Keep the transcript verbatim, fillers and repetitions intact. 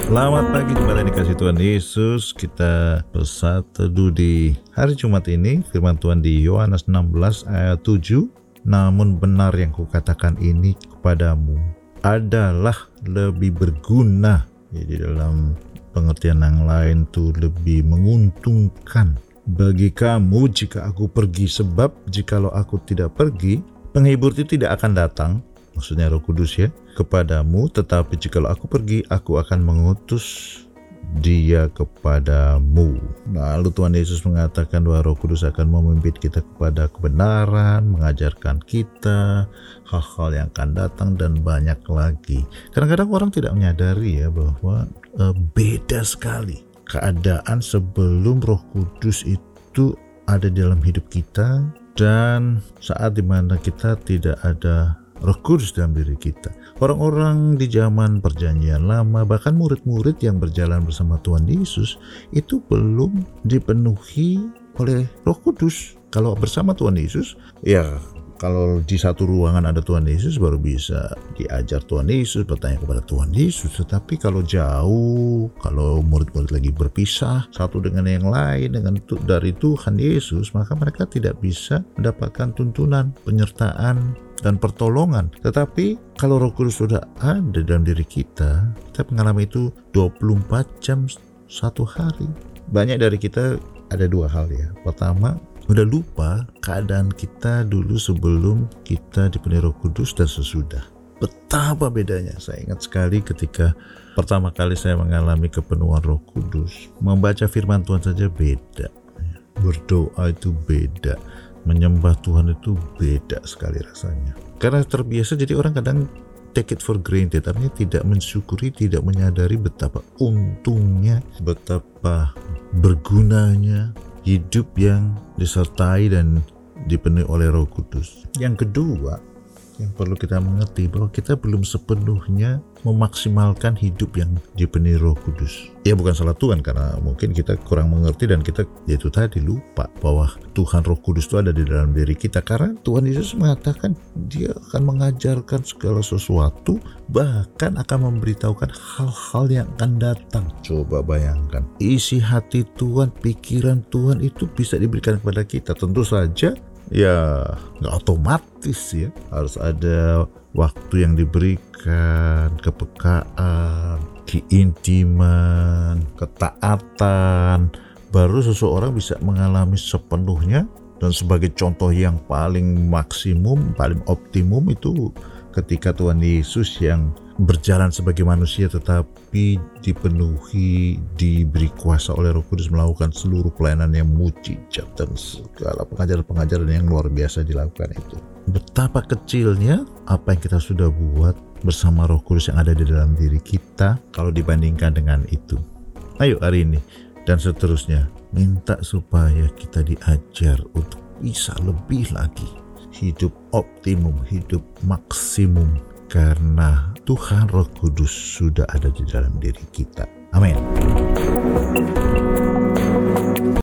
Selamat pagi jemaat yang dikasih Tuhan Yesus. Kita bersatu teduh di hari Jumat ini. Firman Tuhan di Yohanes enam belas ayat tujuh. Namun benar yang kukatakan ini kepadamu adalah lebih berguna. Jadi dalam pengertian yang lain itu lebih menguntungkan bagi kamu jika aku pergi. Sebab jikalau aku tidak pergi, penghibur itu tidak akan datang, maksudnya Roh Kudus ya, kepadamu. Tetapi jikalau aku pergi, aku akan mengutus dia kepadamu. Lalu Tuhan Yesus mengatakan bahwa Roh Kudus akan memimpin kita kepada kebenaran, mengajarkan kita hal-hal yang akan datang dan banyak lagi. Kadang-kadang orang tidak menyadari ya bahwa e, beda sekali keadaan sebelum Roh Kudus itu ada di dalam hidup kita dan saat dimana kita tidak ada Roh Kudus dalam diri kita. Orang-orang di zaman perjanjian lama, bahkan murid-murid yang berjalan bersama Tuhan Yesus itu belum dipenuhi oleh Roh Kudus. Kalau bersama Tuhan Yesus, ya kalau di satu ruangan ada Tuhan Yesus baru bisa diajar Tuhan Yesus, bertanya kepada Tuhan Yesus. Tetapi kalau jauh, kalau murid-murid lagi berpisah satu dengan yang lain dengan dari Tuhan Yesus, maka mereka tidak bisa mendapatkan tuntunan, penyertaan dan pertolongan. Tetapi kalau Roh Kudus sudah ada dalam diri kita, kita mengalami itu dua puluh empat jam satu hari. Banyak dari kita ada dua hal ya. Pertama, udah lupa keadaan kita dulu sebelum kita dipenuhi Roh Kudus dan sesudah. Betapa bedanya. Saya ingat sekali ketika pertama kali saya mengalami kepenuhan Roh Kudus. Membaca firman Tuhan saja beda. Berdoa itu beda. Menyembah Tuhan itu beda sekali rasanya. Karena terbiasa, jadi orang kadang take it for granted, artinya tidak mensyukuri, tidak menyadari betapa untungnya, betapa bergunanya hidup yang disertai dan dipenuhi oleh Roh Kudus. Yang kedua, yang perlu kita mengerti bahwa kita belum sepenuhnya memaksimalkan hidup yang dipenuhi Roh Kudus. Ya bukan salah Tuhan, karena mungkin kita kurang mengerti dan kita yaitu tadi lupa bahwa Tuhan Roh Kudus itu ada di dalam diri kita. Karena Tuhan Yesus mengatakan dia akan mengajarkan segala sesuatu, bahkan akan memberitahukan hal-hal yang akan datang. Coba bayangkan, isi hati Tuhan, pikiran Tuhan itu bisa diberikan kepada kita. Tentu saja ya nggak otomatis ya, harus ada waktu yang diberikan, kepekaan, keintiman, ketaatan, baru seseorang bisa mengalami sepenuhnya. Dan sebagai contoh yang paling maksimum, paling optimum itu ketika Tuhan Yesus yang berjalan sebagai manusia tetapi dipenuhi, diberi kuasa oleh Roh Kudus melakukan seluruh pelayanan yang mujizat dan segala pengajaran-pengajaran yang luar biasa dilakukan itu. Betapa kecilnya apa yang kita sudah buat bersama Roh Kudus yang ada di dalam diri kita kalau dibandingkan dengan itu. Ayo hari ini dan seterusnya minta supaya kita diajar untuk bisa lebih lagi hidup optimum, hidup maksimum, karena Tuhan Roh Kudus sudah ada di dalam diri kita. Amin.